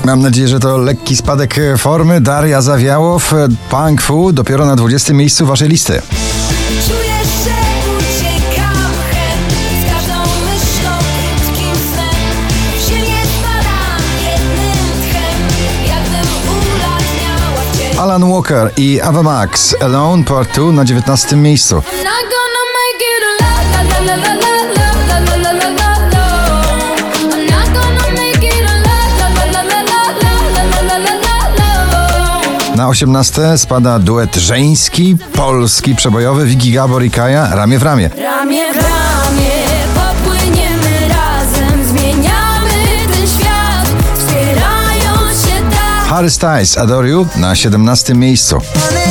Mam nadzieję, że to lekki spadek formy. Daria Zawiałow, Punk Fu, dopiero na 20. miejscu waszej listy. Czuję, że uciekam z każdą myślą, krótkim snem. W ziemię spadam jednym tchem, jakbym ulatniała w cień. Alan Walker i Ava Max, Alone Part 2 na 19. miejscu. I'm not gonna make it la la la la la la la la la la. I'm not gonna make it la la la la la la la. Na 18. spada duet żeński, polski, przebojowy Wiki Gabor i Kaja, Ramię w ramię. Ramię w ramię popłyniemy razem, zmieniamy ten świat, wspierając się tak. Harry Styles, Adore You na 17. miejscu.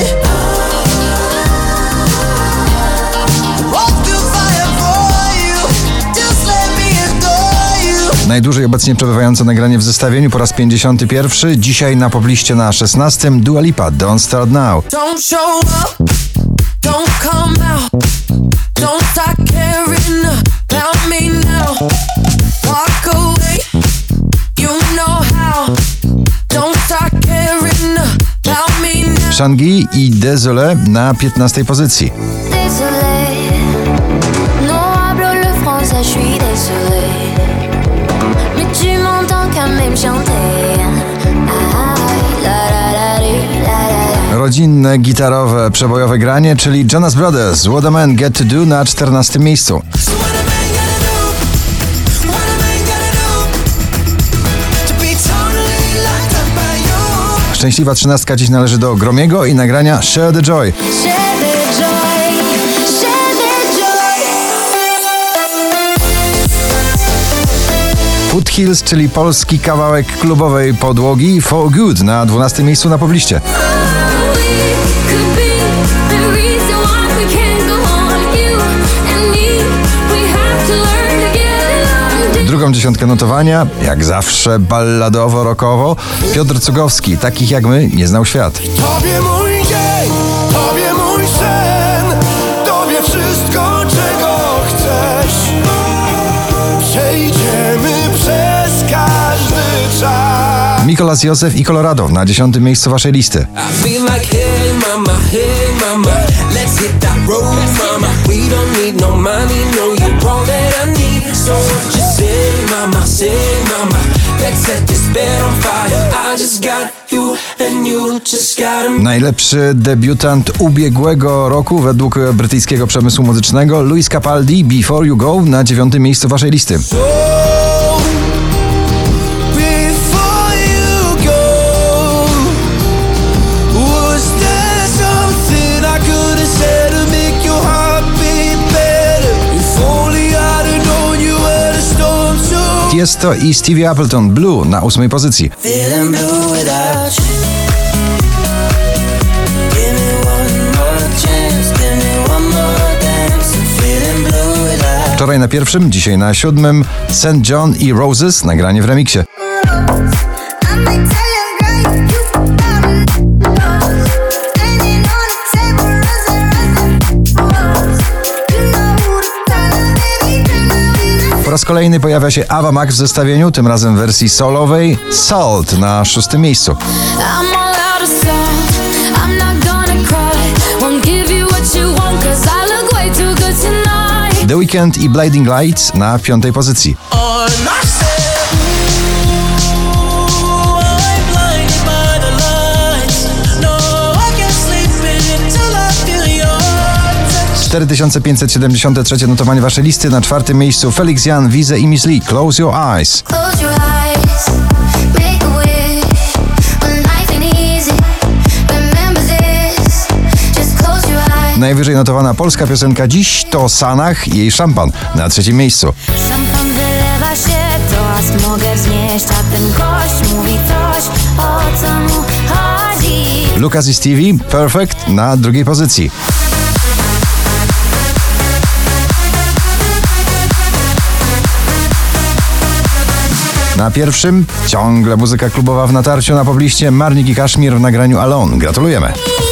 Najdłużej obecnie przebywające nagranie w zestawieniu po raz 51. Dzisiaj na pobliście na 16. Dua Lipa, Don't Start Now. Don't show up, don't come out, don't start caring about me now. Walk away, you know how, don't start caring about me now. Shangi i Désolé na 15. pozycji. Désolé, non hablo le français, je suis désolé. Mais tu m'entends quand même chanter. Rodzinne, gitarowe, przebojowe granie, czyli Jonas Brothers, What a Man Get to Do na 14. miejscu. Szczęśliwa 13 dziś należy do Gromiego i nagrania Share the Joy. Foothills, czyli polski kawałek klubowej podłogi, For Good na 12. miejscu na pobliście. Drugą dziesiątkę notowania, jak zawsze balladowo-rockowo, Piotr Cugowski, Takich jak my nie znał świat. Tobie mój dzień, Tobie mój sen, Tobie wszystko, czego chcesz. Przejdziemy przez każdy czas. Mikolas Józef i Colorado na 10. miejscu waszej listy. Najlepszy debiutant ubiegłego roku według brytyjskiego przemysłu muzycznego Luis Capaldi, Before You Go na 9. miejscu waszej listy. Tiesto i Stevie Appleton, Blue na 8. pozycji. Wczoraj na 1., dzisiaj na 7. St. John i Roses, nagranie w remiksie. Po raz kolejny pojawia się Ava Max w zestawieniu, tym razem w wersji solowej, Salt na 6. miejscu. The Weeknd i Blinding Lights na 5. pozycji. No, 4573 notowanie waszej listy, na 4. miejscu Felix Jan, Wize i Miss Li, Close Your Eyes. Najwyżej notowana polska piosenka dziś to Sanach i jej Szampan na 3. miejscu. Szampan wylewa się, toast mogę wznieść, a ten gość mówi coś, o co mu chodzi. Lucas i Stevie, Perfect na 2. pozycji. Na 1. ciągle muzyka klubowa w natarciu, na pobliście Marnik i Kaszmir w nagraniu Alone. Gratulujemy.